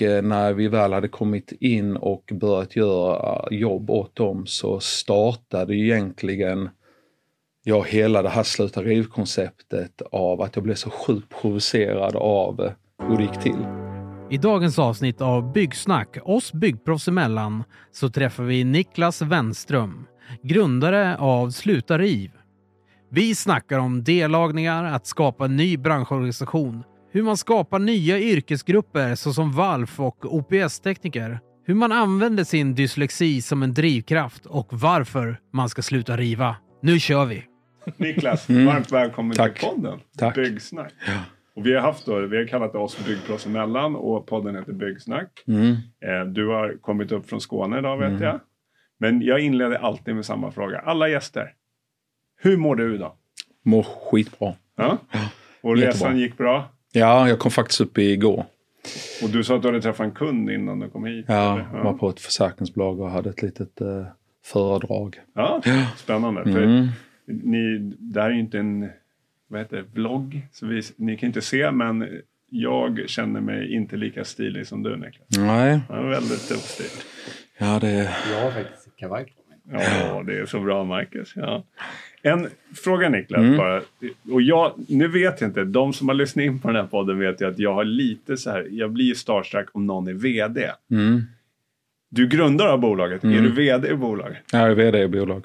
när vi väl hade kommit in och börjat göra jobb åt dem så startade egentligen hela det här sluta riv-konceptet av att jag blev så sjukt provocerad av hur det gick till. I dagens avsnitt av Byggsnack, oss byggproffs emellan, så träffar vi Niklas Wenström, grundare av Sluta Riv. Vi snackar om dellagningar, att skapa en ny branschorganisation, hur man skapar nya yrkesgrupper såsom VALF och OPS-tekniker, hur man använder sin dyslexi som en drivkraft och varför man ska sluta riva. Nu kör vi! Niklas, varmt välkommen till podden. Tack. Byggsnack. Ja. Och vi har kallat oss byggproffs emellan och podden heter Byggsnack. Du har kommit upp från Skåne idag vet jag. Men jag inleder alltid med samma fråga. Alla gäster. Hur mår du idag? Mår skitbra. Ja. Och resan gick bra? Ja, jag kom faktiskt upp igår. Och du sa att du hade träffat en kund innan du kom hit? Ja, var på ett försäkringsbolag och hade ett litet föredrag. Ja, spännande. För det här är ju inte en vlogg. Så ni kan inte se, men jag känner mig inte lika stilig som du, Niklas. Nej. Jag är väldigt uppstil. Ja, det... Jag har faktiskt kavaj på mig. Ja, det är så bra, Marcus. Ja. En fråga, Niklas, bara. Och nu vet jag inte, de som har lyssnat in på den här podden vet jag att jag har lite så här, jag blir starstruck om någon är vd. Du grundar av bolaget, är du vd i bolaget? Ja, jag är vd i bolaget.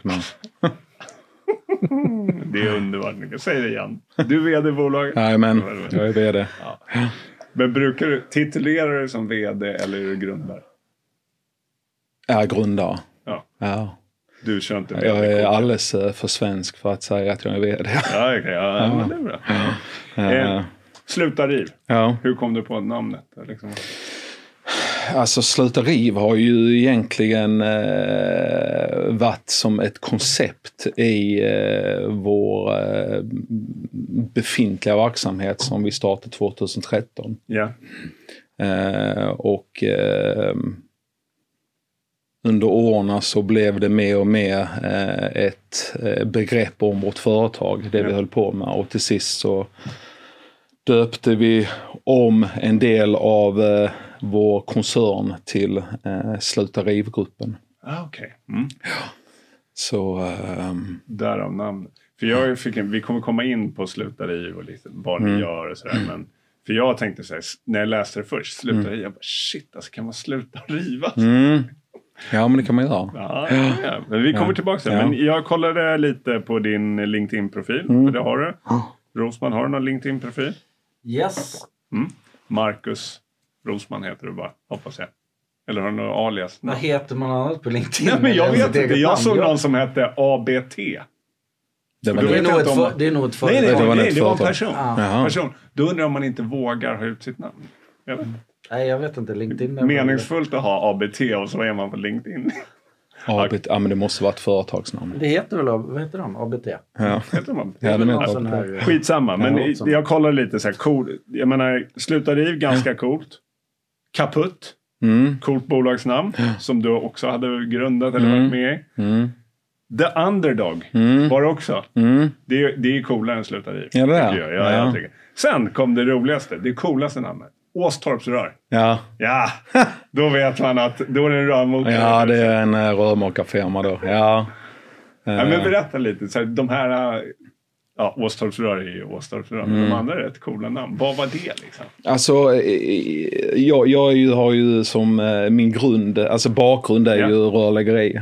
Det är underbart, Niklas. Säg det igen. Du är vd i bolaget? Nej, men jag är vd. Ja. Men brukar du titulera dig som vd eller är du grundare? Jag är grundare. Ja. Du kör inte vd. Jag är alldeles för svensk för att säga att jag är vd. Ja, okay. Men det är bra. Sluta riv. Ja. Hur kom du på namnet? Liksom? Alltså Sluta Riv har ju egentligen varit som ett koncept i vår befintliga verksamhet som vi startade 2013. Ja. Och under åren så blev det mer och mer ett begrepp om vårt företag, det vi höll på med. Och till sist så döpte vi om en del av vår koncern till Sluta Riv-gruppen. Okej. Så... Därav namn. För vi kommer komma in på Sluta Riv och liksom vad ni gör och sådär. Men för jag tänkte så här, när jag läste det först, Sluta Riv, jag bara shit, alltså kan man sluta riva? Ja, men det kan man göra. Ja. Men vi kommer tillbaka till det. Men jag kollade lite på din LinkedIn-profil, för det har du. Rosman, har du någon LinkedIn-profil? Yes. Marcus Rosman heter du bara, hoppas jag. Eller har du någon alias? Vad heter man annat på LinkedIn? Nej, men jag vet inte. Jag såg någon som hette ABT. Det är nog ett företag. Nej, det var en person. Då undrar jag om man inte vågar ha ut sitt namn. Nej, jag vet inte. LinkedIn. Meningsfullt att ha ABT och så är man på LinkedIn. Ja, men det måste vara ett företagsnamn. Det heter väl, vad heter de? ABT? Ja. Heter de? Skitsamma, men jag kollar lite så här cool. Jag menar, Sluta Riv, ganska coolt. Kaputt. Coolt bolagsnamn som du också hade grundat eller varit med i. The Underdog var det också. Det är coolare än Sluta Riv. Ja, det är. Jag tycker. Sen kom det roligaste, det coolaste namnet. Åstorps rör. Ja. Då vet man att då är det en rörmokare. Ja, det är en rörmokarfirma då. Ja. Men berätta lite. Så här, de här... Åstorps rör är ju Åstorps rör. Men de andra är rätt coola namn. Vad var det liksom? Alltså, jag har ju som min grund... Alltså bakgrund är ju rörläggeri.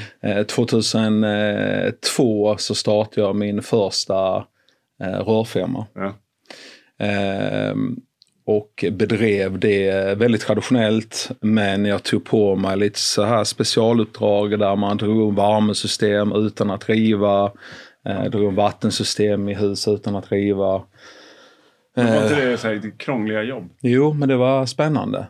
2002 så startade jag min första rörfirma. Och bedrev det väldigt traditionellt, men jag tog på mig lite så här specialuppdrag där man drog värmesystem utan att riva, drog vattensystem i hus utan att riva. Var inte det så här krångliga jobb? Jo, men det var spännande.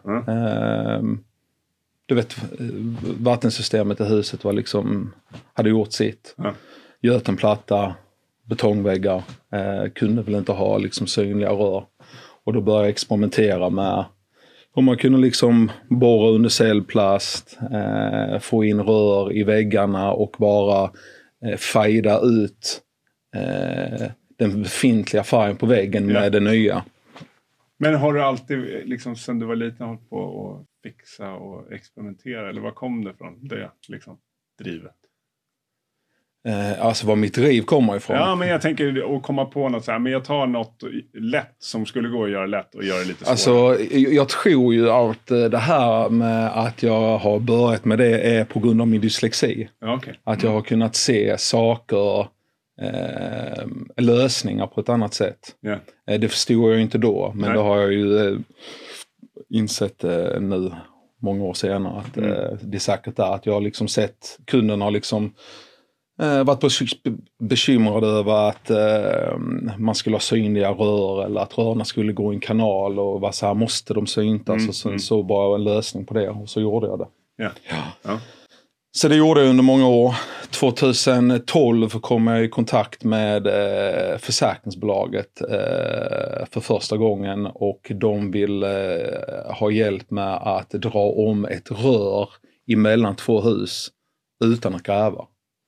Du vet, vattensystemet i huset var liksom, hade gjort sitt. Götenplatta, betongväggar, kunde väl inte ha liksom synliga rör. Och då började jag experimentera med hur man kunde liksom borra under cellplast, få in rör i väggarna och bara fejda ut den befintliga färgen på väggen med det nya. Men har du alltid, liksom, sen du var liten, hållit på att fixa och experimentera? Eller var kom det från, det liksom, drivet? Alltså var mitt driv kommer ifrån. Ja, men jag tänker att komma på något så här. Men jag tar något lätt som skulle gå att göra lätt och göra det lite svårare. Alltså, jag tror ju att det här med att jag har börjat med det är på grund av min dyslexi. Okay. Att jag har kunnat se saker, lösningar på ett annat sätt. Yeah. Det förstod jag inte då, men det har jag ju insett nu många år senare. Att det är säkert där att jag har liksom sett kunderna liksom varit bekymrad över att man skulle ha synliga rör eller att rörarna skulle gå i en kanal och var så här, måste de syntas och sen så bara en lösning på det och så gjorde jag det. Yeah. Ja. Så det gjorde jag under många år. 2012 kom jag i kontakt med försäkringsbolaget för första gången och de ville ha hjälp med att dra om ett rör emellan 2 hus utan att gräva.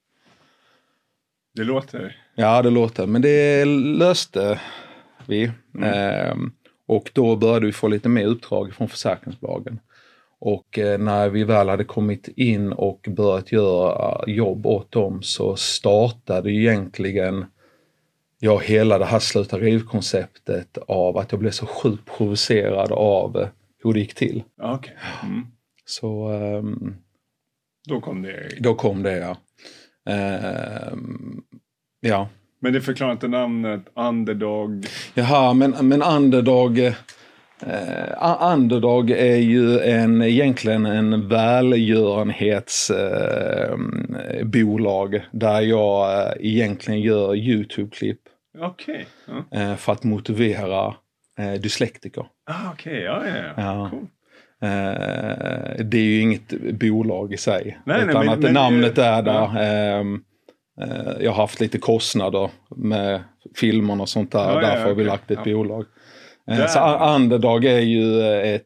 Det låter. Ja, det låter. Men det löste vi. Och då började vi få lite mer uppdrag från försäkringsbolagen. Och när vi väl hade kommit in och börjat göra jobb åt dem så startade egentligen hela det här sluta riv-konceptet av att jag blev så sjukt provocerad av hur det gick till. Okay. Så då kom det. Då kom det, ja. Ja. Men det förklarar inte namnet Underdog. Jaha, men Underdog... Underdog är ju egentligen en välgörenhetsbolag där jag egentligen gör YouTube-klipp. Okej. För att motivera dyslektiker. Okej, ja. Cool. Det är ju inget bolag i sig. Nej, utan att namnet är där. Jag har haft lite kostnader med filmerna och sånt där. Därför har vi lagt ett bolag. Så Underdog är ju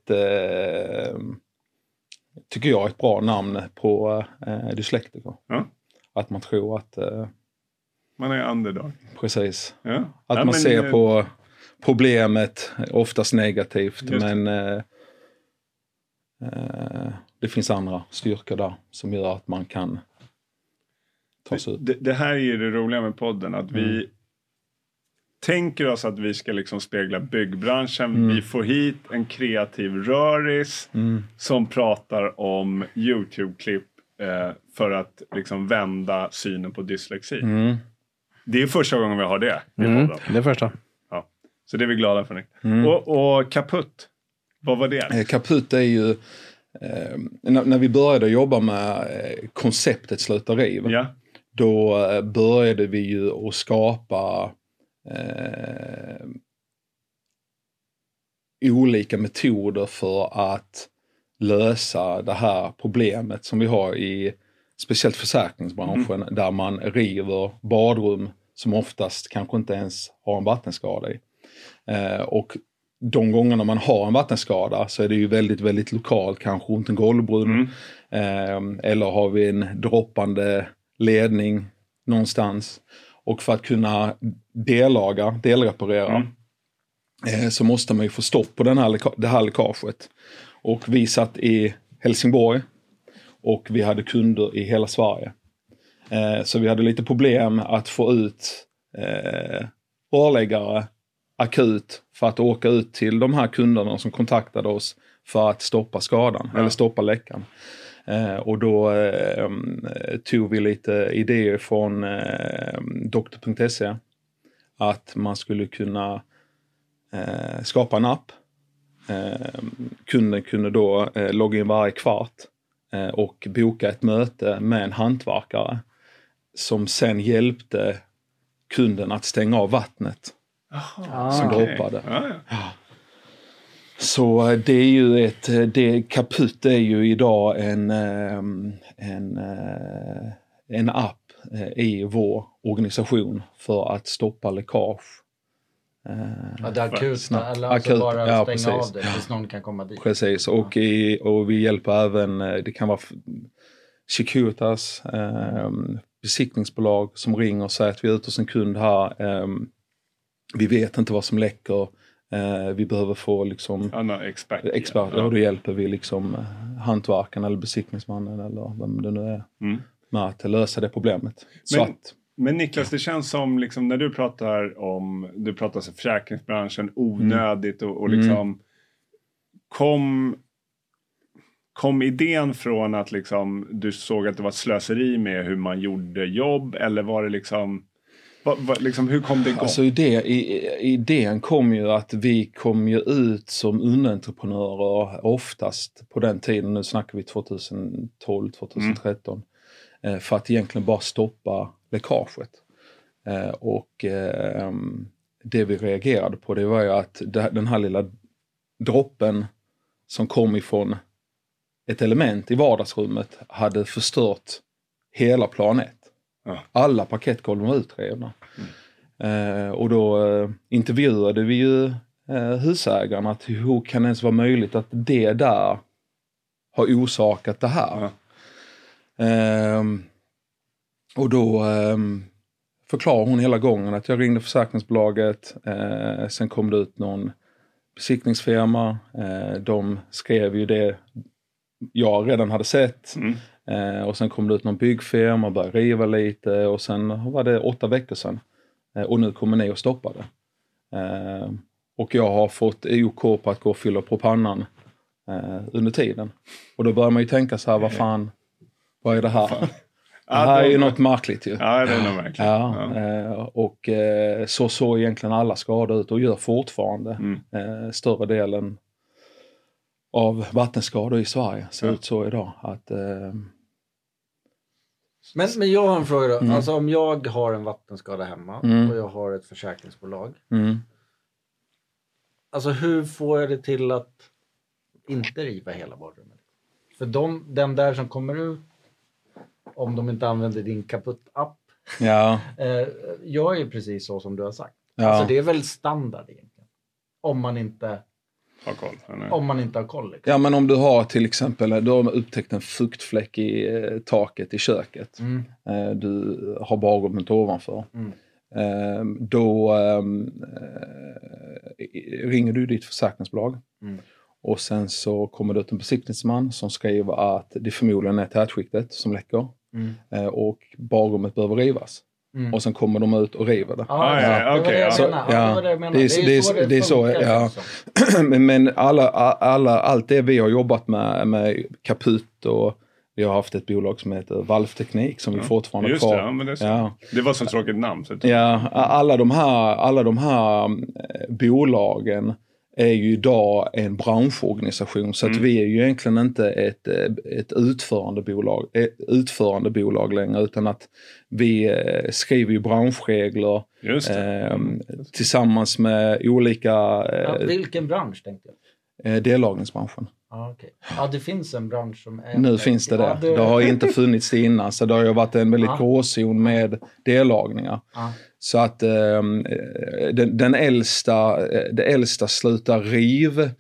tycker jag, ett bra namn på dyslektiker. Ja. Att man tror att... man är underdog. Precis. Ja. Att man ser på problemet oftast negativt. Men det finns andra styrkor där som gör att man kan ta sig ut. Det här är ju det roliga med podden. Att vi tänker oss att vi ska liksom spegla byggbranschen. Vi får hit en kreativ röris som pratar om YouTube-klipp för att liksom vända synen på dyslexi. Det är första gången vi har det. Det är första. Ja. Så det är vi glada för. Och Kaputt, vad var det? Kaputt är ju när vi började jobba med konceptet Sluta riv. Ja. Då började vi ju att skapa olika metoder för att lösa det här problemet som vi har i speciellt försäkringsbranschen där man river badrum som oftast kanske inte ens har en vattenskada i. Och de gångerna man har en vattenskada så är det ju väldigt, väldigt lokalt, kanske runt en golvbrunn. Eller har vi en droppande ledning någonstans. Och för att kunna delreparera så måste man ju få stopp på det här läckaget. Och vi satt i Helsingborg och vi hade kunder i hela Sverige. Så vi hade lite problem att få ut rörläggare akut för att åka ut till de här kunderna som kontaktade oss för att stoppa skadan eller stoppa läckan. Och då tog vi lite idéer från doktor.se att man skulle kunna skapa en app. Kunden kunde då logga in varje kvart och boka ett möte med en hantverkare som sen hjälpte kunden att stänga av vattnet som droppade. Ja. Så det är ju Kaputt är ju idag en app i vår organisation för att stoppa läckage. Det är akut, eller alltså bara stänga av det tills någon kan komma dit. Precis, och vi hjälper även, det kan vara Securitas, besiktningsbolag som ringer och säger att vi är ute hos en kund här. Vi vet inte vad som läcker. Vi behöver få liksom expert. Ja. Och då hjälper vi liksom hantverkaren eller besiktningsmannen eller vem det nu är med att lösa det problemet. Men Niklas, det känns som liksom, när du pratar om försäkringsbranschen onödigt och liksom kom idén från att liksom, du såg att det var ett slöseri med hur man gjorde jobb, eller var det liksom hur kom det igång? Alltså idén kom ju att vi kom ju ut som underentreprenörer oftast på den tiden, nu snackar vi 2012, 2013, för att egentligen bara stoppa läckaget. Det vi reagerade på, det var ju att den här lilla droppen som kom ifrån ett element i vardagsrummet hade förstört hela plan 1. Ja. Alla paketgolv var utrevna. Och då intervjuade vi ju husägarna att hur kan det ens vara möjligt att det där har orsakat det här. Ja. Och då förklarar hon hela gången att jag ringde försäkringsbolaget, sen kom det ut någon besiktningsfirma, de skrev ju det jag redan hade sett. Och sen kom det ut någon byggfirma och började riva lite. Och sen var det 8 veckor sedan. Och nu kommer ni och stoppa det. Och jag har fått OK på att gå och fylla på pannan under tiden. Och då börjar man ju tänka så här, vad är det här? Det här är ju något märkligt ju. Ja, det är något märkligt. Ja. Och så egentligen alla skador ut och gör fortfarande. Större delen av vattenskador i Sverige ser ut så idag att men jag har en fråga då. Alltså om jag har en vattenskada hemma och jag har ett försäkringsbolag. Alltså hur får jag det till att inte riva hela badrummet? För den där som kommer ut, om de inte använder din kaputt-app, gör ju precis så som du har sagt. Alltså det är väl standard egentligen. Om man inte har koll. Om man inte har koll. Liksom. Ja, men om du har till exempel, du har upptäckt en fuktfläck i taket i köket. Du har badrummet ovanför. Då ringer du ditt försäkringsbolag. Och sen så kommer det ut en besiktningsman som skriver att det förmodligen är tätskiktet som läcker. Och badrummet behöver rivas. Och sen kommer de ut och river det. Det är så. Men allt det vi har jobbat med kaputt, och vi har haft ett bolag som heter Valvteknik som vi fortfarande just kvar. Det, men det var så tråkigt namn. Så alla de här bolagen är ju idag en branschorganisation, så att vi är ju egentligen inte ett utförande bolag längre, utan att vi skriver ju branschregler tillsammans med olika... vilken bransch tänkte jag? Dellagningsbranschen. Okay. Ja, det finns en bransch som är... Nu finns det där. Det har inte funnits det innan, så det har ju varit en väldigt gråzon med dellagningar. Så att det äldsta sluta riv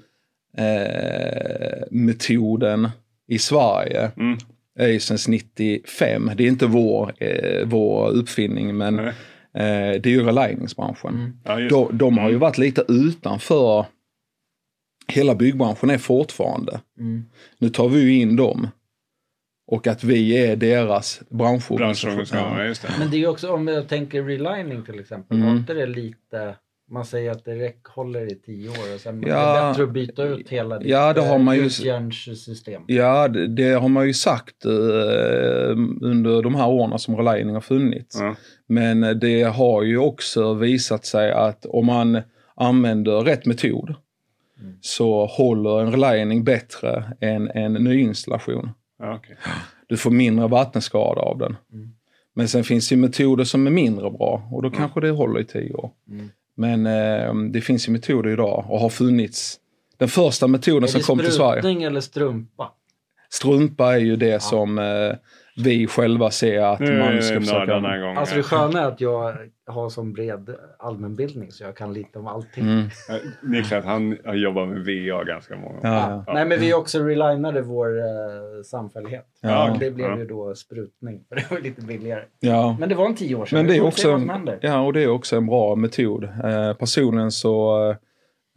metoden i Sverige är ju sedan 95. Det är inte vår uppfinning, men det är ju relajningsbranschen. De har ju varit lite utanför. Hela byggbranschen är fortfarande. Nu tar vi ju in dem. Och att vi är deras branschorganisation. Men det är ju också, om jag tänker relining till exempel. Har inte det lite... Man säger att det håller i 10 år. Och sen är det bättre att byta ut hela ditt järnsystem. Ja, det har man ju sagt under de här åren som relining har funnits. Men det har ju också visat sig att om man använder rätt metod så håller en relining bättre än en nyinstallation. Du får mindre vattenskada av den. Men sen finns det ju metoder som är mindre bra, och då kanske det håller i 10 år. Men det finns ju metoder idag och har funnits. Den första metoden som kom till Sverige. Är det sprutning eller strumpa? Strumpa är ju det som vi själva ser att man ska försöka. Alltså det sköna är att jag har som bred allmänbildning så jag kan lite om allting. Niklas, han har jobbat med VA ganska många. Nej, men vi också relinade vår samfällighet. Det blev ju då sprutning, för det var lite billigare. Men det var en 10 år sedan. Men det är också och det är också en bra metod. Personligen så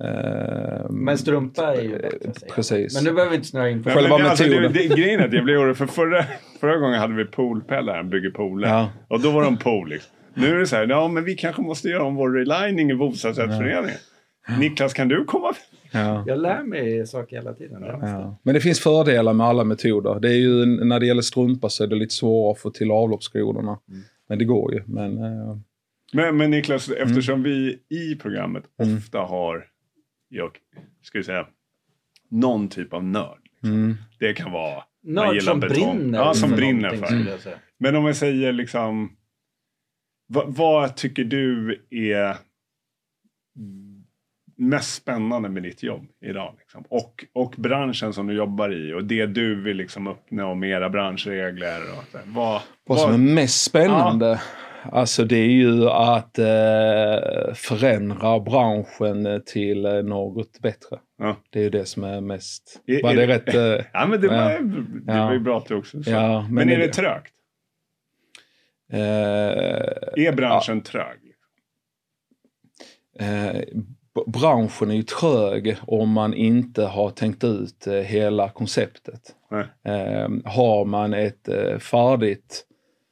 Men strumpa är ju precis. Men nu behöver vi inte snöa in på själva metoden. Grejen är att jag blev orolig för förra gången hade vi poolpellar, bygger pooler. Ja. Och då var de pool liksom. Nu är det så här, men vi kanske måste göra om vår relining i bostadsrättsföreningen. Niklas, kan du komma? Ja. Jag lär mig saker hela tiden. Ja. Men det finns fördelar med alla metoder. Det är ju, när det gäller strumpa så är det lite svårare att få till avloppsgrodorna. Men det går ju. Men Niklas, eftersom vi i programmet ofta har, jag ska säga, någon typ av nörd. Liksom. Det kan vara nörd som betong. Brinner. Ja, som brinner för. Men om jag säger liksom, vad tycker du är mest spännande med ditt jobb idag? Liksom? Och branschen som du jobbar i och det du vill liksom uppnå med era branschregler. Och vad som är mest spännande? Ja. Alltså det är ju att förändra branschen till något bättre. Ja. Det är ju det som är mest... Var det rätt? Ja, men det var ju bra att du också sa. Ja, men är det trögt? Är branschen trög? Branschen är ju trög om man inte har tänkt ut hela konceptet. Har man ett färdigt...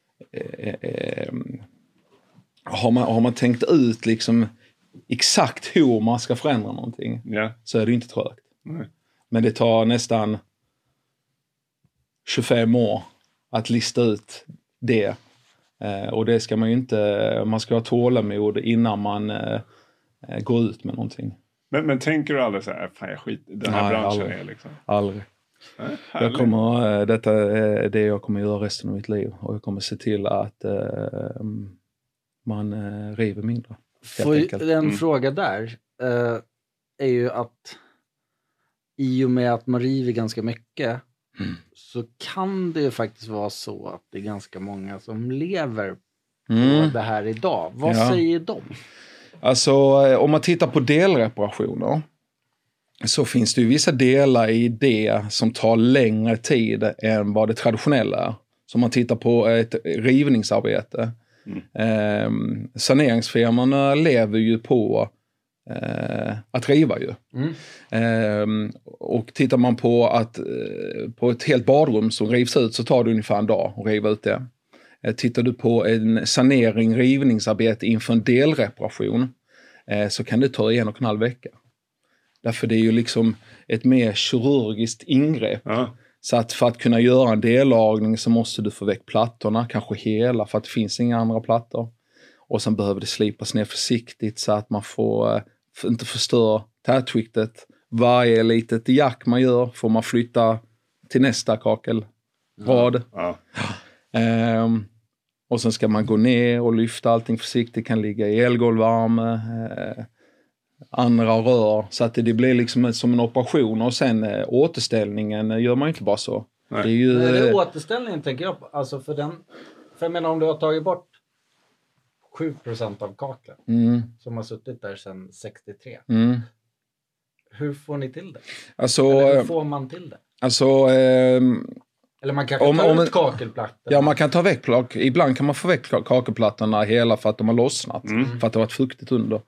Har man tänkt ut liksom exakt hur man ska förändra någonting, så är det inte trögt. Men det tar nästan 25 år att lista ut det. Och det ska man ju inte, man ska ha tålamod innan man går ut med någonting. Men tänker du aldrig så här, fan jag skit, den här branschen aldrig. Är liksom... Aldrig. Detta är det jag kommer göra resten av mitt liv. Och jag kommer se till att man river mindre. En fråga där är ju att i och med att man river ganska mycket så kan det ju faktiskt vara så att det är ganska många som lever på det här idag. Vad säger de? Alltså om man tittar på delreparationer så finns det ju vissa delar i det som tar längre tid än vad det traditionella är. Så om man tittar på ett rivningsarbete. Saneringsfirmorna lever ju på att riva ju. Och tittar man på att på ett helt badrum som rivs ut så tar det ungefär en dag att riva ut det. Tittar du på en sanering, rivningsarbete inför en delreparation så kan det ta 1,5 vecka. Därför det är ju liksom ett mer kirurgiskt ingrepp. Så att för att kunna göra en dellagning så måste du få väck plattorna, kanske hela, för att det finns inga andra plattor. Och sen behöver det slipas ner försiktigt så att man får inte förstöra tätskiktet. Varje litet jack man gör får man flytta till nästa kakelrad. Och sen ska man gå ner och lyfta allting försiktigt, kan ligga i elgolvvärme, andra rör, så att det blir liksom som en operation. Och sen återställningen gör man inte bara så. Nej. Det är ju... Nej, det är återställningen tänker jag på. Alltså för jag menar om du har tagit bort 7% av kaklen som har suttit där sedan 63. Hur får ni till det? Alltså, eller hur får man till det? Alltså... eller man kan ta ut kakelplattorna. Ja, man kan ta väck ibland kan man få väck kakelplattorna hela för att de har lossnat. För att det har varit fuktigt under.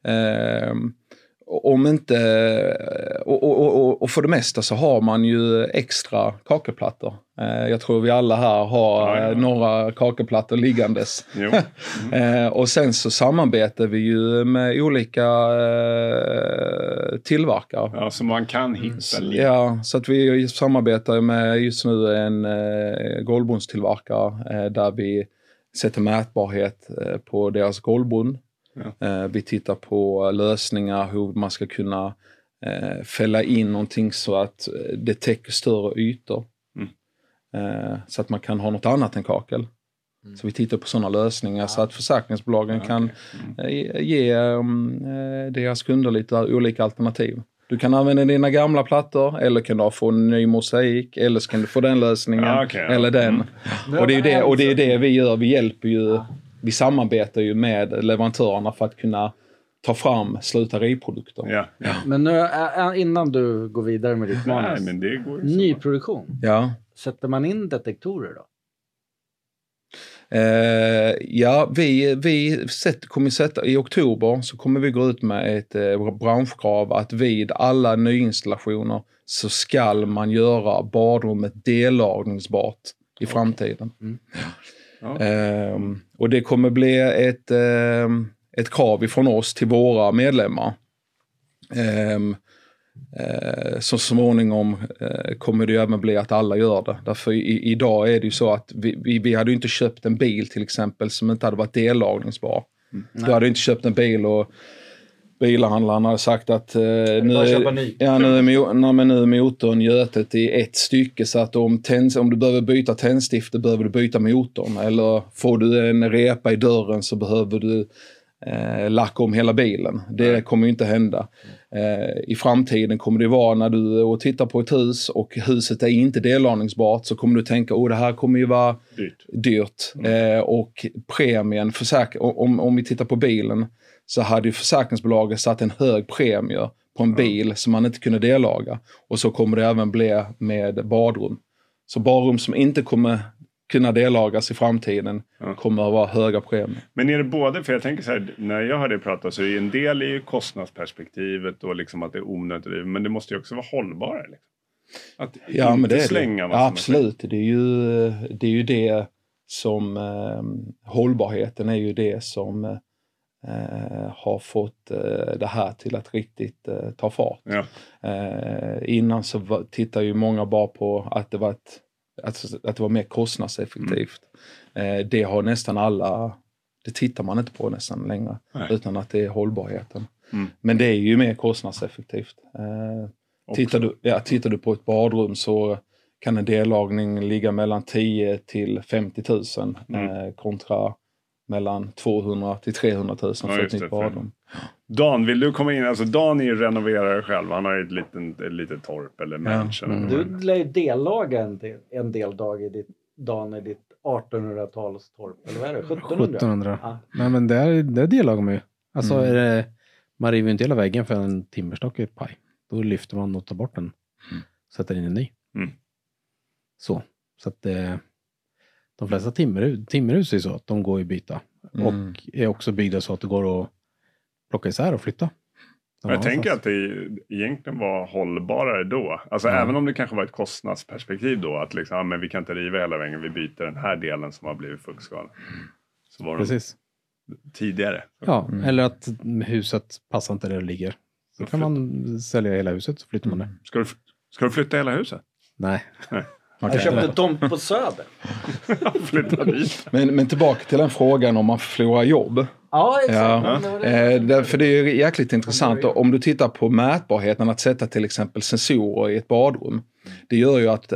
Om inte... Och för det mesta så har man ju extra kakelplattor. Jag tror vi alla här har några kakelplattor liggandes. Och sen så samarbetar vi ju med olika tillverkare. Ja, så man kan hitta lite. Ja, så att vi samarbetar med just nu en golvbondstillverkare där vi sätter mätbarhet på deras golvbond. Vi tittar på lösningar hur man ska kunna fälla in någonting så att det täcker större ytor. Så att man kan ha något annat än kakel. Så vi tittar på sådana lösningar så att försäkringsbolagen kan ge deras kunder lite olika alternativ. Du kan använda dina gamla plattor eller kan du få en ny mosaik eller så kan du få den lösningen eller den. Och det är det vi gör. Vi hjälper ju, vi samarbetar ju med leverantörerna för att kunna ta fram slutariprodukter. Men nu, innan du går vidare med ditt manus. Men det går nyproduktion. Sätter man in detektorer då? Kommer sätta i oktober så kommer vi gå ut med ett branschkrav att vid alla nyinstallationer så ska man göra badrummet dellagningsbart i framtiden. Och det kommer bli ett krav ifrån oss till våra medlemmar. Så småningom kommer det ju även bli att alla gör det. Därför idag är det ju så att vi hade ju inte köpt en bil till exempel som inte hade varit dellagningsbar. Du hade inte köpt en bil och bilhandlaren hade sagt att nu är motorn götet i ett stycke så att om du behöver byta tändstifter behöver du byta motorn. Eller får du en repa i dörren så behöver du lacka om hela bilen. Det kommer ju inte hända. I framtiden kommer det vara när du tittar på ett hus och huset är inte dellagningsbart så kommer du tänka det här kommer ju vara dyrt. Och premien om vi tittar på bilen så hade ju försäkringsbolaget satt en hög premie på en bil som man inte kunde dellaga. Och så kommer det även bli med badrum. Så badrum som inte kommer kunna dellagas i framtiden kommer att vara höga premier. Men är det både, för jag tänker så här, när jag hör dig prata så är en del i kostnadsperspektivet och liksom att det är onödigt, men det måste ju också vara hållbara. Liksom. Att men det är slänga det. Absolut, det är ju det som hållbarheten är ju det som har fått det här till att riktigt ta fart. Innan så tittar ju många bara på att det var mer kostnadseffektivt. Det har nästan alla, det tittar man inte på nästan längre. Utan att det är hållbarheten. Men det är ju mer kostnadseffektivt. Tittar du på ett badrum så kan en dellagning ligga mellan 10 till 50 000 kontra mellan 200 till 300 000 för ett nytt badrum. Dan, vill du komma in? Alltså Dan är ju renoverare själv. Han har ju ett litet torp eller mansion. Du lär ju dellaga en del dag i ditt 1800-talstorp. Eller vad är det? 1700? Ja. Nej, men det dellagar man ju. Alltså man river inte hela väggen för en timmerstock är ett paj. Då lyfter man och tar bort den. Sätter in en ny. Så att de flesta timmerhus är så att de går i byta. Och är också byggda så att det går att plocka isär och flytta. Jag tänker att det egentligen var hållbarare då. Alltså även om det kanske var ett kostnadsperspektiv då. Att liksom, men vi kan inte riva hela vägen. Vi byter den här delen som har blivit fuktskadad. Så var precis. Tidigare. Ja, eller att huset passar inte där det ligger. Så kan man sälja hela huset så flyttar man det. Ska du flytta hela huset? Nej. Jag köpte tomt på Söder. Flytta dit. Men tillbaka till den frågan om man förlorar jobb. Ja, exakt. För det är ju jäkligt intressant. Om du tittar på mätbarheten att sätta till exempel sensorer i ett badrum. Det gör ju att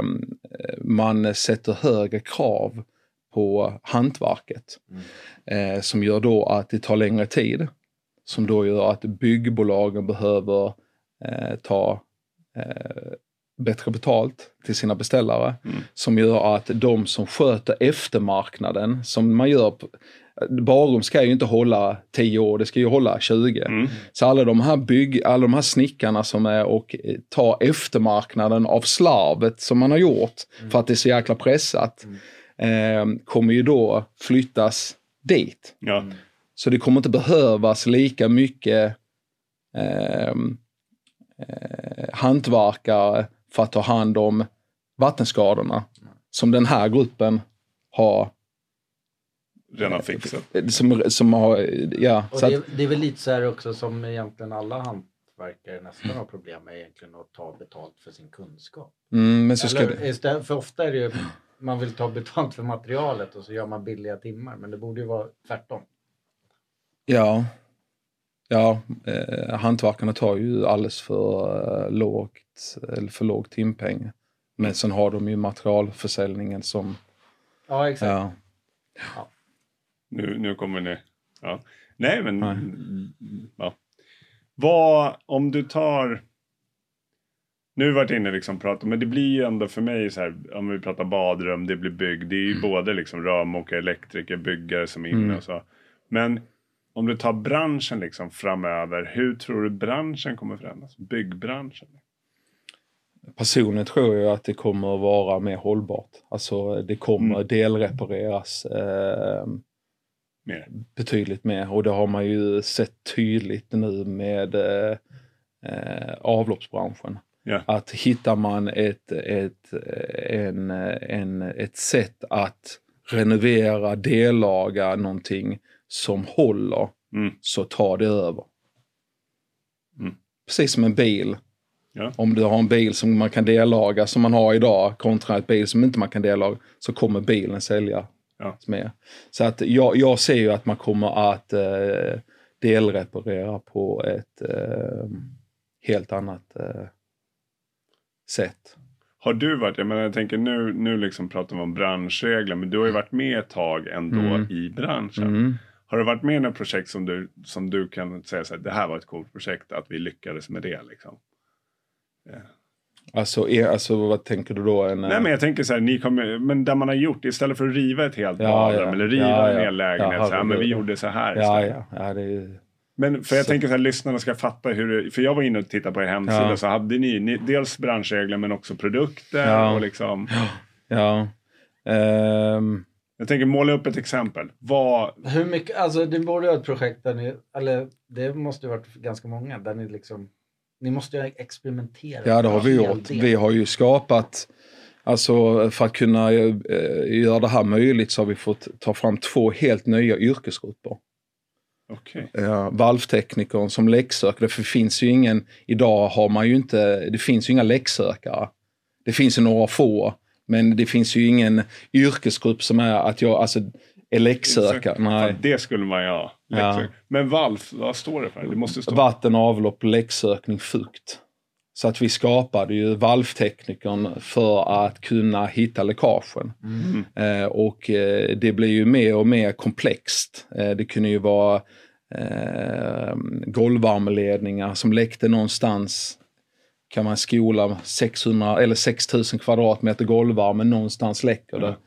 man sätter högre krav på hantverket. Som gör då att det tar längre tid. Som då gör att byggbolagen behöver ta bättre betalt till sina beställare. Som gör att de som sköter eftermarknaden som man gör badrum ska ju inte hålla 10 år, det ska ju hålla 20. Så alla de här snickarna som är och tar eftermarknaden av slarvet som man har gjort för att det är så jäkla pressat kommer ju då flyttas dit. Så det kommer inte behövas lika mycket hantverkare för att ta hand om vattenskadorna som den här gruppen har redan fixat. Som har, och det är väl lite så här också som egentligen alla hantverkare nästan har problem med egentligen att ta betalt för sin kunskap. Men så ska istället, för ofta är det ju man vill ta betalt för materialet och så gör man billiga timmar, men det borde ju vara tvärtom. Hantverkarna tar ju alldeles för låg timpeng. Men sen har de ju materialförsäljningen som... Ja, exakt. Ja. Nu kommer ni... Ja. Nej, men... Ja. Vad, om du tar... Nu har vi varit inne liksom prata, men det blir ju ändå för mig så här, om vi pratar badrum, det blir bygg. Det är ju både liksom rörmokare, elektriker, byggare som är inne och så. Men... Om du tar branschen liksom framöver, hur tror du branschen kommer förändras? Byggbranschen? Personligen tror jag att det kommer att vara mer hållbart. Alltså det kommer delrepareras betydligt mer. Och det har man ju sett tydligt nu med avloppsbranschen. Yeah. Att hittar man ett sätt att renovera, dellaga någonting som håller, så tar det över. Precis som en bil. Ja. Om du har en bil som man kan dellaga som man har idag kontra ett bil som inte man kan dellaga, så kommer bilen sälja med. Så att jag ser ju att man kommer att delreparera på ett helt annat sätt. Har du varit, jag tänker nu liksom pratar vi om branschregler, men du har ju varit med ett tag ändå i branschen. Har det varit med i något projekt som du kan säga så här, det här var ett coolt projekt, att vi lyckades med det liksom? Alltså vad tänker du då? Nej, men jag tänker så här, men där man har gjort, istället för att riva ett helt badrum eller riva en hel lägenhet, så här, men vi gjorde så här istället. Ja, det är... Men för jag tänker så här, lyssnarna ska fatta hur, för jag var inne och tittade på er hemsida, så hade ni dels branschregler men också produkter och liksom... Jag tänker måla upp ett exempel. Hur mycket, alltså det borde ha ett projekt där ni, eller det måste ju varit ganska många, där ni liksom, ni måste ju experimentera. Ja, det har vi gjort. Vi har ju skapat, alltså för att kunna göra det här möjligt, så har vi fått ta fram 2 helt nya yrkesgrupper. Okay. Valvteknikern som läcksökare, för det finns ju ingen, idag har man ju inte, det finns ju inga läcksökare. Det finns ju några få, men det finns ju ingen yrkesgrupp som är att jag är läcksökare. Nej. Det skulle man ju ha. Men valv, vad står det för? Det måste stå. Vatten, avlopp, läcksökning, fukt. Så att vi skapade ju valvteknikern för att kunna hitta läckagen. Och det blir ju mer och mer komplext. Det kunde ju vara golvvärmeledningar som läckte någonstans. Kan man skola 600 eller 6000 kvadratmeter golvvärme, någonstans läcker det.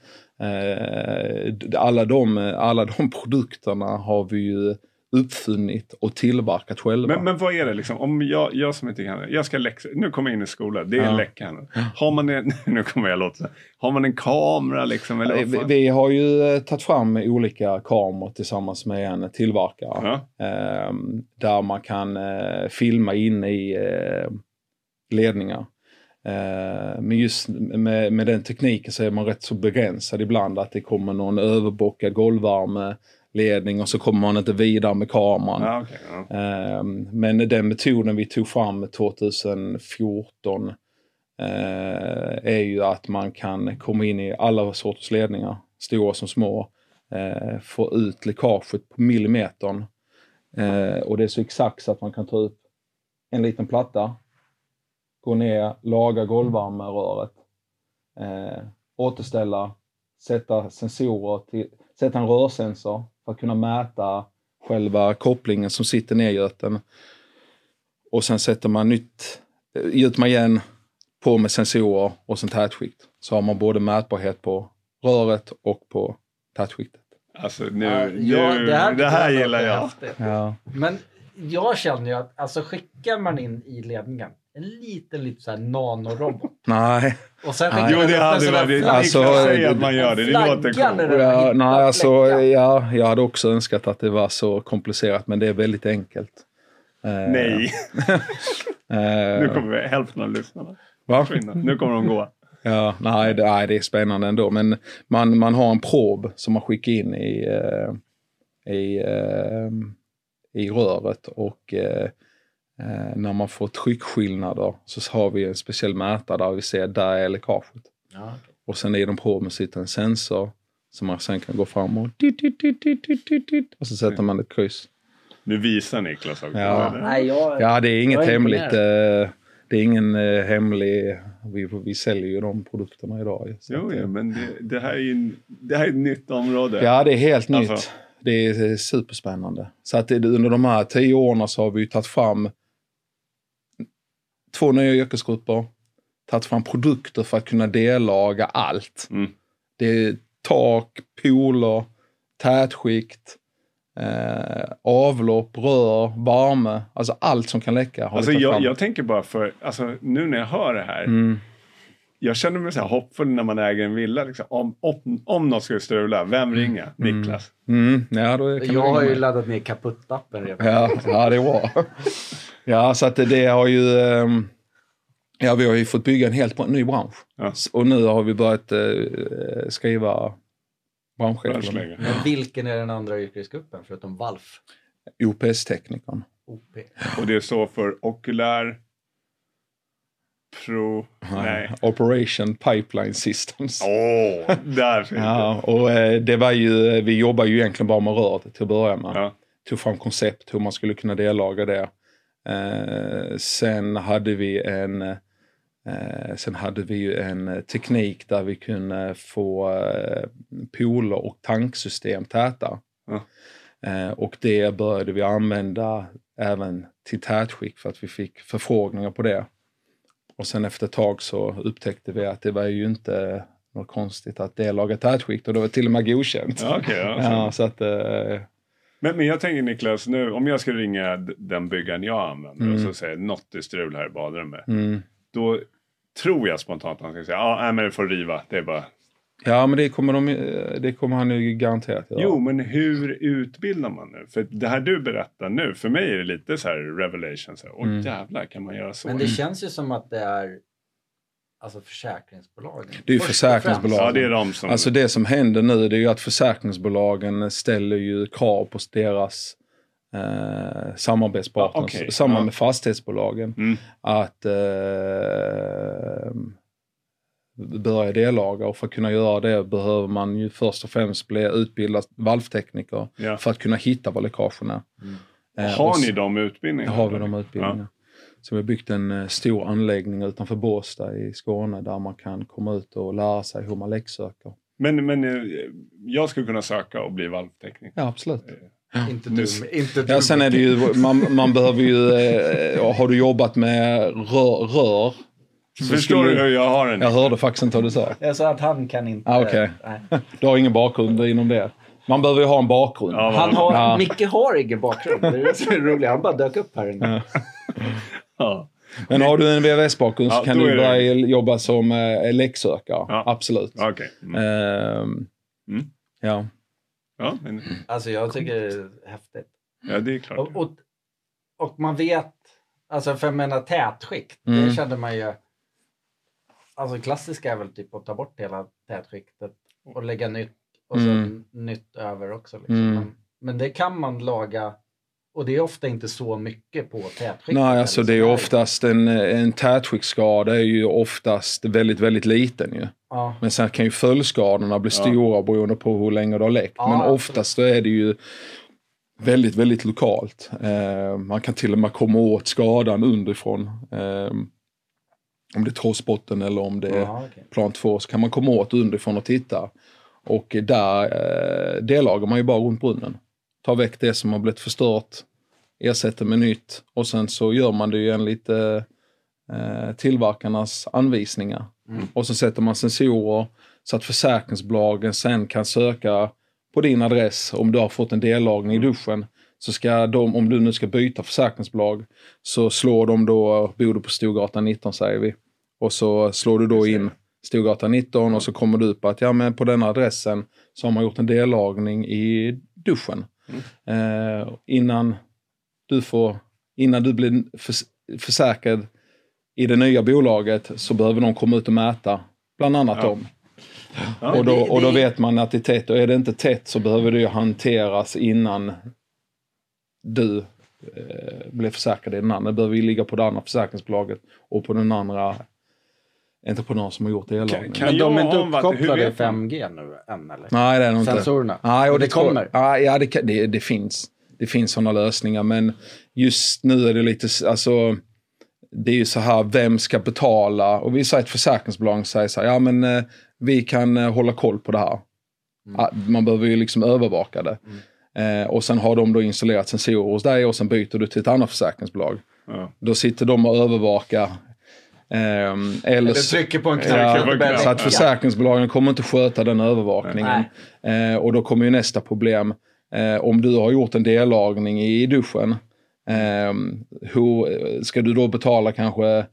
Alla de produkterna har vi ju uppfunnit och tillverkat själva. Men vad är det liksom? Om jag som inte kan, jag ska läxa, nu kommer jag in i skolan, det är en läcka nu. Har man nu kommer jag låta, har man en kamera liksom? Eller vi har ju tagit fram olika kameror tillsammans med en tillverkare. Där man kan filma in i ledningar. Men just med den tekniken så är man rätt så begränsad ibland, att det kommer någon överbockad golvvärmeledning och så kommer man inte vidare med kameran. Men den metoden vi tog fram 2014 är ju att man kan komma in i alla sorters ledningar, stora som små, få ut läckaget på millimetern, och det är så exakt så att man kan ta upp en liten platta, gå ner, laga golvvärmeröret, återställa, sätta en rörsensor för att kunna mäta själva kopplingen som sitter ner i göten. Och sen sätter man gjuter man igen på med sensorer och sen tätskikt. Så har man både mätbarhet på röret och på tätskiktet. Alltså det här gillar jag. Ja. Men jag känner ju att alltså, skickar man in i ledningen en liten så här nanorobot. Nej. Och sen jo, det hade varit. Alltså, säga att man gör det. Det låter coolt. Jag hade också önskat att det var så komplicerat, men det är väldigt enkelt. Nej. Nu kommer hälften av lyssnarna. Va? Nu kommer de gå. Ja, nej, det är spännande ändå. Men man har en prob som man skickar in i röret, och när man får tryckskillnader så har vi en speciell mätare där vi ser där är läckaget. Och sen i de proben sitter en sensor som man sen kan gå fram och så sätter man ett kryss. Nu visar Niklas också. Ja, det är inget hemligt. Det är ingen hemlig. Vi säljer ju de produkterna idag. Jo, men det här är ett nytt område. Ja, det är helt nytt. Det är superspännande. Så att under de här 10 åren så har vi tagit fram 2 nya yrkesgrupper. Tagit fram produkter för att kunna dellaga allt. Det är tak, poler, tätskikt, avlopp, rör, värme, alltså allt som kan läcka. Alltså jag tänker bara alltså nu när jag hör det här, jag känner mig så här hoppfull när man äger en villa. Liksom. Om något skulle strula, vem ringer? Niklas. Ja, då jag har ju laddat ner kaputtappen redan. Ja, det är bra. Ja, så att det har ju... Ja, vi har ju fått bygga en helt ny bransch. Ja. Och nu har vi börjat skriva branschregler. Men vilken är den andra yrkesgruppen förutom Valf? OPS-teknikern. OP. Och det står för okulär... Operation Pipeline Systems. Där finns det. Och det var ju, vi jobbar ju egentligen bara med rör till att börja med. Ja. Tog fram koncept hur man skulle kunna dellaga det. Sen hade vi ju en teknik där vi kunde få poler och tanksystem täta. Ja. Och det började vi använda även till tätskick för att vi fick förfrågningar på det. Och sen efter ett tag så upptäckte vi att det var ju inte något konstigt att dellaga tätskikt, och det var till och med godkänt. Ja, så att, men jag tänker, Niklas, nu om jag ska ringa den byggaren jag använder och så säger något är strul här i badrummet. Då tror jag spontant att han ska säga, men det får riva, det är bara... Ja, men det kommer han ju garanterat göra. Jo, men hur utbildar man nu? För det här du berättar nu, för mig är det lite så här revelation. Jävlar, kan man göra så? Men det känns ju som att det är alltså försäkringsbolagen. Det är ju försäkringsbolagen. Ja, det är de som... Alltså det som händer nu, det är ju att försäkringsbolagen ställer ju krav på deras samarbetspartners. Samma med fastighetsbolagen. Att börja dellaga, och för att kunna göra det behöver man ju först och främst bli utbildad valvtekniker för att kunna hitta vad läckagen är. Har ni de utbildningarna? Har vi de utbildningarna. Så vi har byggt en stor anläggning utanför Båstad i Skåne där man kan komma ut och lära sig hur man läcksöker. Men jag skulle kunna söka och bli valvtekniker? Ja, absolut. Inte du. Ja, sen är det ju, man behöver ju, har du jobbat med rör förstår du hur jag har en? Jag hörde faktiskt inte vad du sa. Jag sa att han kan inte. Okej. Du har ingen bakgrund inom det. Man behöver ju ha en bakgrund. Ja, Micke har ingen bakgrund. Det är så roligt. Han bara dök upp här inne. Men har du en VVS-bakgrund så kan du börja jobba som läcksökare. Ja. Absolut. Okay. Ja. Ja, men... Alltså jag tycker det är häftigt. Ja, det är klart. Och man vet, alltså för jag menar tätskikt, det kände man ju, alltså klassiska är väl typ att ta bort hela tätskiktet och lägga nytt och sen nytt över också. Liksom. Men det kan man laga, och det är ofta inte så mycket på tätskikt. Nej, alltså det är oftast en tätskiktskada är ju oftast väldigt, väldigt liten ju. Ja. Men sen kan ju följdskadorna bli stora beroende på hur länge det har läckt. Ja. Men oftast så är det ju väldigt, väldigt lokalt. Man kan till och med komma åt skadan underifrån. Om det är trossbotten eller om det är plan 2, så kan man komma åt underifrån och titta. Och där dellagar man ju bara runt brunnen. Ta väck det som har blivit förstört, ersätter med nytt, och sen så gör man det ju enligt tillverkarnas anvisningar. Och så sätter man sensorer så att försäkringsbolagen sen kan söka på din adress. Om du har fått en dellagning i duschen, så ska de, om du nu ska byta försäkringsbolag, så slår de då, bor du på Storgatan 19 säger vi, och så slår du då in Storgatan 19 och så kommer du upp att men på den adressen så har man gjort en dellagning i duschen. Innan du blir försäkrad i det nya bolaget, så behöver de komma ut och mäta bland annat dem. Ja, och då vet man att det är tätt, och är det inte tätt så behöver det ju hanteras innan du blir försäkrad i den andra. Det behöver ju ligga på det andra försäkringsbolaget och på den andra entreprenör som har gjort det hela. Men de är inte uppkopplade i 5G nu än, eller? Nej, det är nog inte. Sensorerna? Nej, och det kommer? Ja, det finns. Det finns sådana lösningar, men just nu är det lite, alltså det är ju så här, vem ska betala? Och vi säger ett försäkringsbolag säger så här, men vi kan hålla koll på det här. Man behöver ju liksom övervaka det. Och sen har de då installerat sensorer hos dig, och sen byter du till ett annat försäkringsbolag. Då sitter de och övervakar. Eller trycker på en knapp. Så att försäkringsbolagen kommer inte sköta den övervakningen. Och då kommer ju nästa problem. Om du har gjort en dellagning i duschen, hur ska du då betala kanske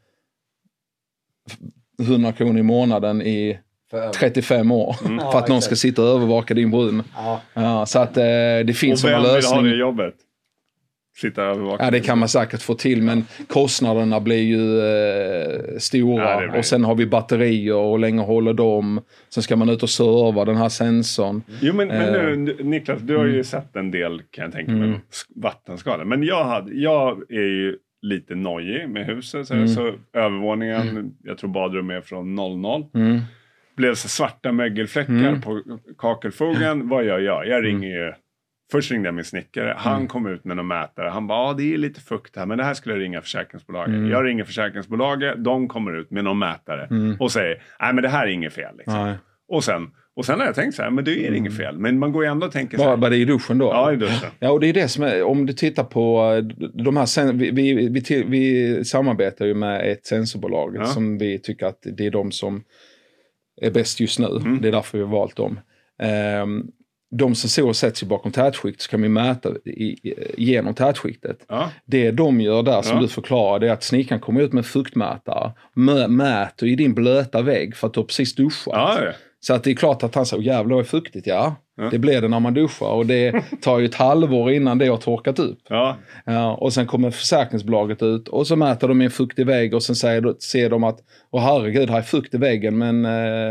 100 kronor i månaden i 35 år för att någon ska sitta och övervaka din brunn. Ja, så att det finns en lösning. Och vem vill ha det jobbet? Sitta och övervaka? Ja, det kan man säkert få till, men kostnaderna blir ju stora. Ja, och sen har vi batterier och länge håller dem. Sen ska man ut och serva den här sensorn. Jo, men nu, Niklas, du har ju sett en del, kan jag tänka mig, vattenskador. Men jag är ju lite nojig med huset. Så övervåningen, jag tror badrum är från 00. Blev så svarta mögelfläckar på kakelfogen. Vad gör jag? Jag ringer ju. Först ringde jag min snickare. Han kom ut med någon mätare. Han bara, det är lite fukt här. Men det här skulle jag ringa försäkringsbolaget. Jag ringer försäkringsbolaget. De kommer ut med någon mätare. Och säger, nej men det här är inget fel. Liksom. Och sen har jag tänkt så här, men det är inget fel. Men man går ju ändå och tänker så här. Bara det i duschen då? Ja, i duschen. Ja, och det är det som är, om du tittar på de här, vi samarbetar ju med ett sensorbolag som vi tycker att det är de som är bäst just nu. Det är därför vi har valt dem. De som så sätts ju bakom tätskikt, så kan vi mäta genom tätskiktet. Det de gör där, som du förklarar, det är att snickaren kommer ut med fuktmätare, mäter i din blöta vägg för att du har precis duschat. Så att det är klart att han säger, jävlar vad fuktigt, det blir det när man duschar, och det tar ju ett halvår innan det har torkat upp. Och sen kommer försäkringsbolaget ut och så mäter de en fuktig vägg, och sen ser de att, herregud, här är fukt i väggen, men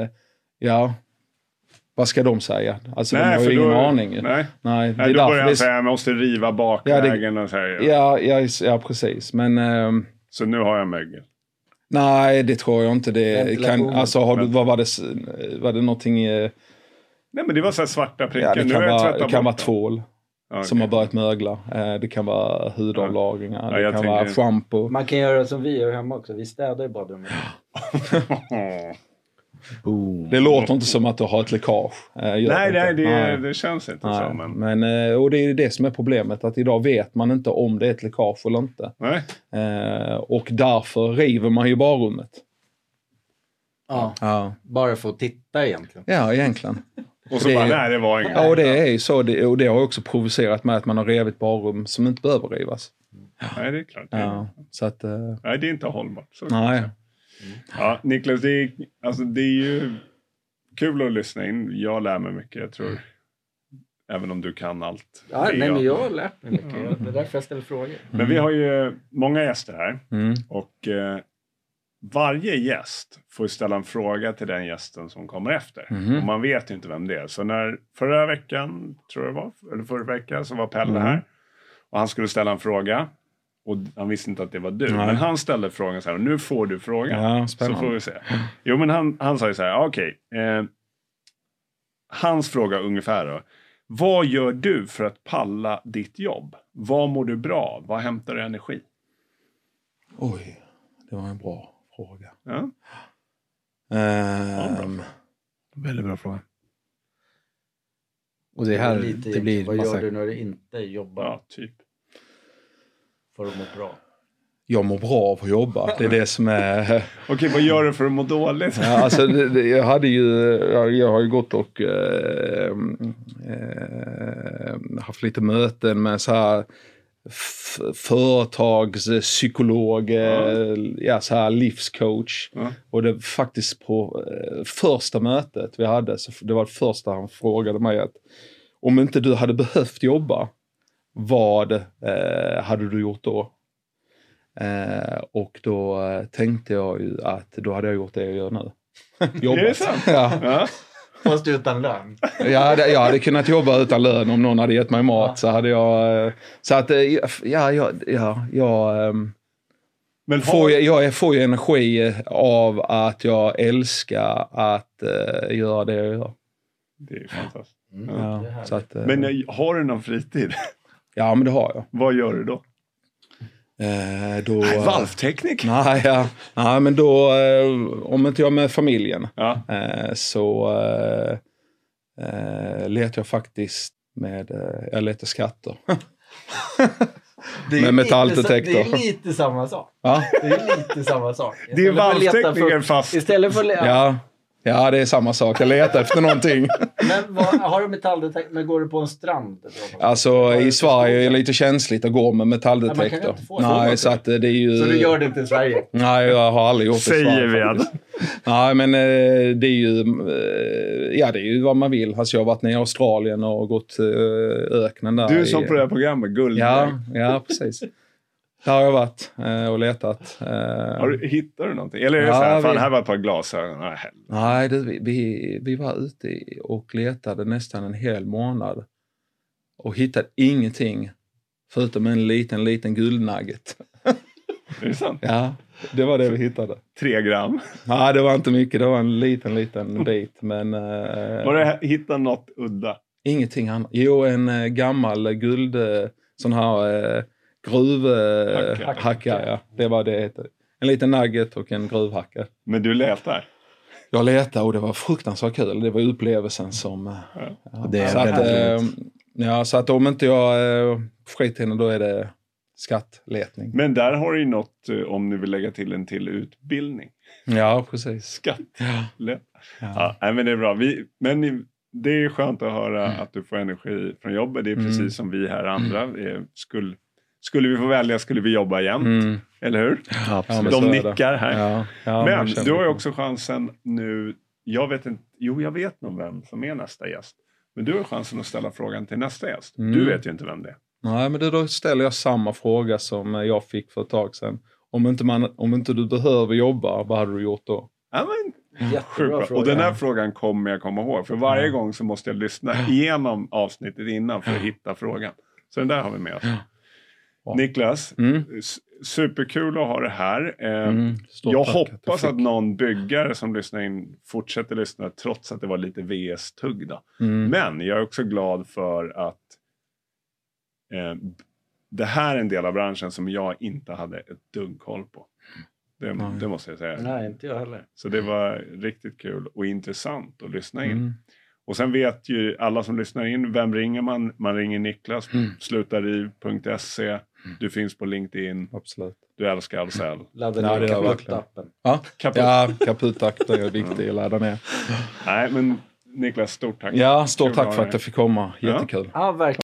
vad ska de säga? Alltså de har ju ingen aning. Nej, då börjar han säga, jag måste riva bakvägen och säga. Ja, precis. Men, så nu har jag mögel. Nej, det tror jag inte. Det kan, alltså, var det någonting... Nej, men det var så här svarta prickar. Det kan vara tvål som har börjat mögla. Det kan vara hudavlagringar. Det kan vara shampoo. Man kan göra som vi gör hemma också. Vi städar i badrummet. Det låter inte som att du har ett läckage. Nej, det känns inte så. Men, och det är det som är problemet, att idag vet man inte om det är ett läckage eller inte. Och därför river man ju badrummet. Bara för att titta egentligen. Ja, egentligen. Och så nej, det var inget. Ja, och det är ju så. Och det har också provocerat med att man har revit badrum som inte behöver rivas. Nej, det är klart. Så att, nej, det är inte hållbart. Så nej. Ja, Niklas, det är ju kul att lyssna in. Jag lär mig mycket, jag tror. Även om du kan allt. Men jag har lärt mig mycket. Det är därför jag ställer frågor. Men vi har ju många gäster här. Och varje gäst får ställa en fråga till den gästen som kommer efter. Och man vet ju inte vem det är. Så när förra veckan, tror jag det var, eller förra veckan, så var Pelle här. Och han skulle ställa en fråga. Och han visste inte att det var du. Men han ställde frågan så här, och nu får du frågan. Så får vi se. Jo, men han sa ju så här, okej. Hans fråga ungefär då. Vad gör du för att palla ditt jobb? Vad mår du bra? Vad hämtar du energi? Oj, det var en bra fråga. Väldigt bra fråga. Och det här, det blir vad gör du när du inte jobbar? Ja, typ. För att må bra. Jag mår bra av att jobba. Det är det som är... Okej, vad gör du för att må dåligt? Alltså, jag har ju gått och haft lite möten med så här företagspsykolog, så här livscoach. Och det faktiskt på första mötet vi hade, så det var det första han frågade mig, att om inte du hade behövt jobba, vad hade du gjort då? Och då tänkte jag ju att då hade jag gjort det jag gör nu. Jobbat. Är det sant? Ja. Fast utan lön. Jag hade kunnat jobba utan lön om någon hade gett mig mat. Så hade jag... Så att men jag får ju energi av att jag älskar att göra det jag gör. Det är ju fantastiskt. Så att, men har du någon fritid? Ja, men det har jag. Vad gör du då? Valvteknik? Nej, men då om inte jag är med familjen så letar jag faktiskt jag letar skatter. Det är metalldetektor. Det är lite samma sak. Ja? Det är lite samma sak. Det är valvtekniken fast. Istället för Ja, det är samma sak. Jag letar efter någonting. Men har du metalldetektor? Men går du på en strand? Alltså i Sverige är det lite känsligt att gå med metalldetektor. Nej, så att det är ju... Så du gör det inte i Sverige? Nej, jag har aldrig gjort det i Sverige. Säger vi att... Nej, men det är ju... Ja, det är ju vad man vill. Alltså jag har varit nere i Australien och gått öknen där. Du är som på det här programmet, Guld. Ja, precis. Där har jag varit och letat. Hittar du någonting? Eller är det så här, fan här var ett par glasögon? Nej, vi var ute och letade nästan en hel månad. Och hittade ingenting. Förutom en liten guldnugget. Är det sant? Ja, det var det vi hittade. 3 gram? Nej, det var inte mycket. Det var en liten bit. Men, var det hitta något udda? Ingenting annat. Jo, en gammal guld... sån här... gruvhacka, ja. Det var det heter. En liten nugget och en gruvhacka. Men du letar? Jag letade och det var fruktansvärt kul. Det var upplevelsen som... Det är så att om inte jag skiter henne, då är det skattletning. Men där har du ju något, om ni vill lägga till en till utbildning. Ja, precis. Skatt. Ja, men det är bra. Men det är skönt att höra att du får energi från jobbet. Det är precis som vi här andra. Skulle vi få välja skulle vi jobba jämt. Eller hur? Absolut. De nickar här. Men du har ju det. också chansen nu. Jag vet inte. Jo, jag vet nog vem som är nästa gäst. Men du har chansen att ställa frågan till nästa gäst. Du vet ju inte vem det är. Nej, men då ställer jag samma fråga som jag fick för ett tag sedan. Om inte du behöver jobba, vad hade du gjort då? Ja, men jättebra fråga. Och den här frågan kommer jag komma ihåg. För varje gång så måste jag lyssna igenom avsnittet innan för att hitta frågan. Så den där har vi med oss. Niklas, superkul att ha det här. Jag hoppas att någon byggare som lyssnar in fortsätter lyssna trots att det var lite VS-tugg då. Men jag är också glad för att det här är en del av branschen som jag inte hade ett dugg koll på. Det måste jag säga. Nej, inte jag heller. Så det var riktigt kul och intressant att lyssna in. Och sen vet ju alla som lyssnar in, vem ringer man? Man ringer Niklas, slutariv.se. Du finns på LinkedIn. Absolut. Du älskar Ahlsell. Ladda ner Kaputt-appen. Ja, Kaputt-appen är viktig att ladda ner. Nej, men Niklas, stort tack. Ja, stort tack för att jag fick komma. Jättekul. Ja, verkligen.